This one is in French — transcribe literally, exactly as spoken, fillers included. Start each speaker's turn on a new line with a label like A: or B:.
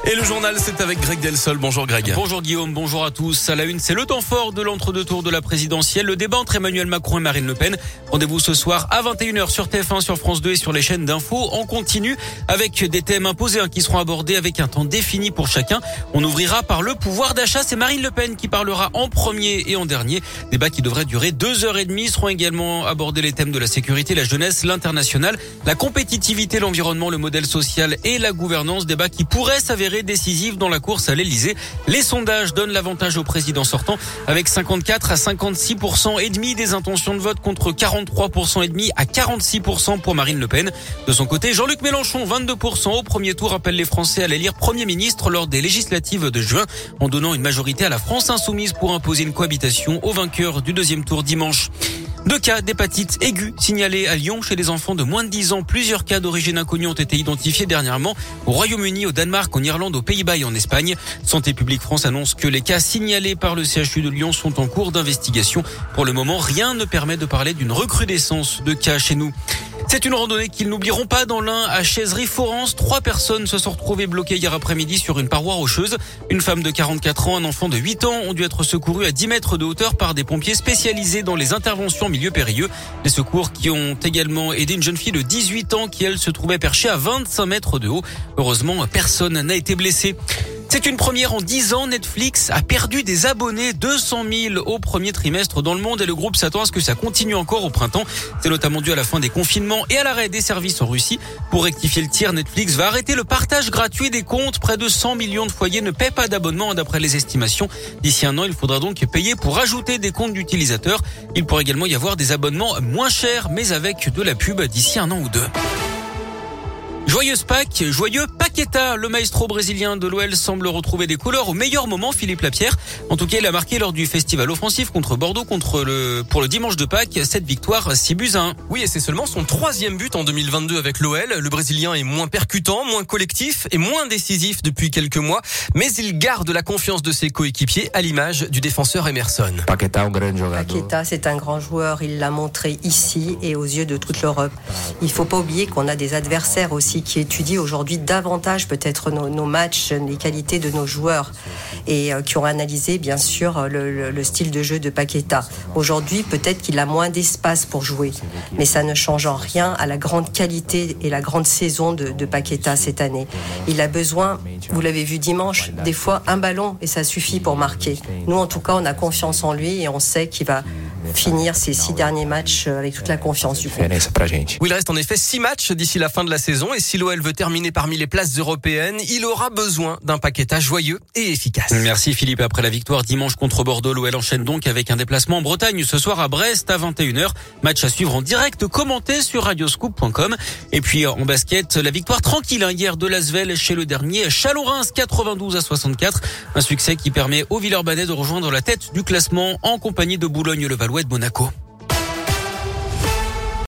A: Et le journal, c'est avec Greg Delsol. Bonjour Greg.
B: Bonjour Guillaume, bonjour à tous. À la une, c'est le temps fort de l'entre-deux tours de la présidentielle. Le débat entre Emmanuel Macron et Marine Le Pen. Rendez-vous ce soir à vingt et une heures sur T F un, sur France deux et sur les chaînes d'infos. On continue avec des thèmes imposés qui seront abordés avec un temps défini pour chacun. On ouvrira par le pouvoir d'achat. C'est Marine Le Pen qui parlera en premier et en dernier. Débat qui devrait durer deux heures et demie. Seront également abordés les thèmes de la sécurité, la jeunesse, l'international, la compétitivité, l'environnement, le modèle social et la gouvernance. Débat qui pourrait s'avérer décisif dans la course à l'Elysée. Les sondages donnent l'avantage au président sortant avec cinquante-quatre à cinquante-six pour cent et demi des intentions de vote contre quarante-trois pour cent et demi à quarante-six pour cent pour Marine Le Pen. De son côté, Jean-Luc Mélenchon, vingt-deux pour cent au premier tour, appelle les Français à l'élire Premier ministre lors des législatives de juin en donnant une majorité à la France insoumise pour imposer une cohabitation au vainqueur du deuxième tour dimanche. Deux cas d'hépatite aiguë signalés à Lyon chez les enfants de moins de dix ans. Plusieurs cas d'origine inconnue ont été identifiés dernièrement au Royaume-Uni, au Danemark, en Irlande, aux Pays-Bas et en Espagne. Santé publique France annonce que les cas signalés par le C H U de Lyon sont en cours d'investigation. Pour le moment, rien ne permet de parler d'une recrudescence de cas chez nous. C'est une randonnée qu'ils n'oublieront pas dans l'Ain à Chaiserie-Forance. Trois personnes se sont retrouvées bloquées hier après-midi sur une paroi rocheuse. Une femme de quarante-quatre ans, un enfant de huit ans ont dû être secourus à dix mètres de hauteur par des pompiers spécialisés dans les interventions en milieu périlleux. Les secours qui ont également aidé une jeune fille de dix-huit ans qui, elle, se trouvait perchée à vingt-cinq mètres de haut. Heureusement, personne n'a été blessé. C'est une première en dix ans. Netflix a perdu des abonnés, deux cent mille au premier trimestre dans le monde, et le groupe s'attend à ce que ça continue encore au printemps. C'est notamment dû à la fin des confinements et à l'arrêt des services en Russie. Pour rectifier le tir, Netflix va arrêter le partage gratuit des comptes. Près de cent millions de foyers ne paient pas d'abonnement d'après les estimations. D'ici un an, il faudra donc payer pour ajouter des comptes d'utilisateurs. Il pourrait également y avoir des abonnements moins chers, mais avec de la pub d'ici un an ou deux. Joyeuse Pâques, joyeux Paqueta, le maestro brésilien de l'O L semble retrouver des couleurs au meilleur moment, Philippe Lapierre. En tout cas, il a marqué lors du festival offensif contre Bordeaux contre le, pour le dimanche de Pâques, cette victoire six buts à un.
C: Oui, et c'est seulement son troisième but en deux mille vingt-deux avec l'O L. Le Brésilien est moins percutant, moins collectif et moins décisif depuis quelques mois, mais il garde la confiance de ses coéquipiers à l'image du défenseur Emerson.
D: Paqueta, un grand joueur.
E: Paqueta, c'est un grand joueur, il l'a montré ici et aux yeux de toute l'Europe. Il faut pas oublier qu'on a des adversaires aussi qui étudient aujourd'hui davantage peut-être nos, nos matchs, les qualités de nos joueurs et euh, qui ont analysé bien sûr le, le, le style de jeu de Paqueta. Aujourd'hui, peut-être qu'il a moins d'espace pour jouer, mais ça ne change en rien à la grande qualité et la grande saison de, de Paqueta cette année. Il a besoin, vous l'avez vu dimanche, des fois un ballon et ça suffit pour marquer. Nous, en tout cas, on a confiance en lui et on sait qu'il va finir ces six derniers matchs avec toute la confiance du groupe.
C: Oui, il reste en effet six matchs d'ici la fin de la saison et si l'O L veut terminer parmi les places européennes, il aura besoin d'un Paqueta joyeux et efficace.
B: Merci Philippe. Après la victoire dimanche contre Bordeaux, l'O L enchaîne donc avec un déplacement en Bretagne ce soir à Brest à vingt et une heures. Match à suivre en direct, commenté sur radioscoop point com. Et puis en basket, la victoire tranquille hier de l'Asvel chez le dernier Châlons-Reims, quatre-vingt-douze à soixante-quatre. Un succès qui permet aux Villeurbanais de rejoindre la tête du classement en compagnie de Boulogne-le-Valois et de Monaco.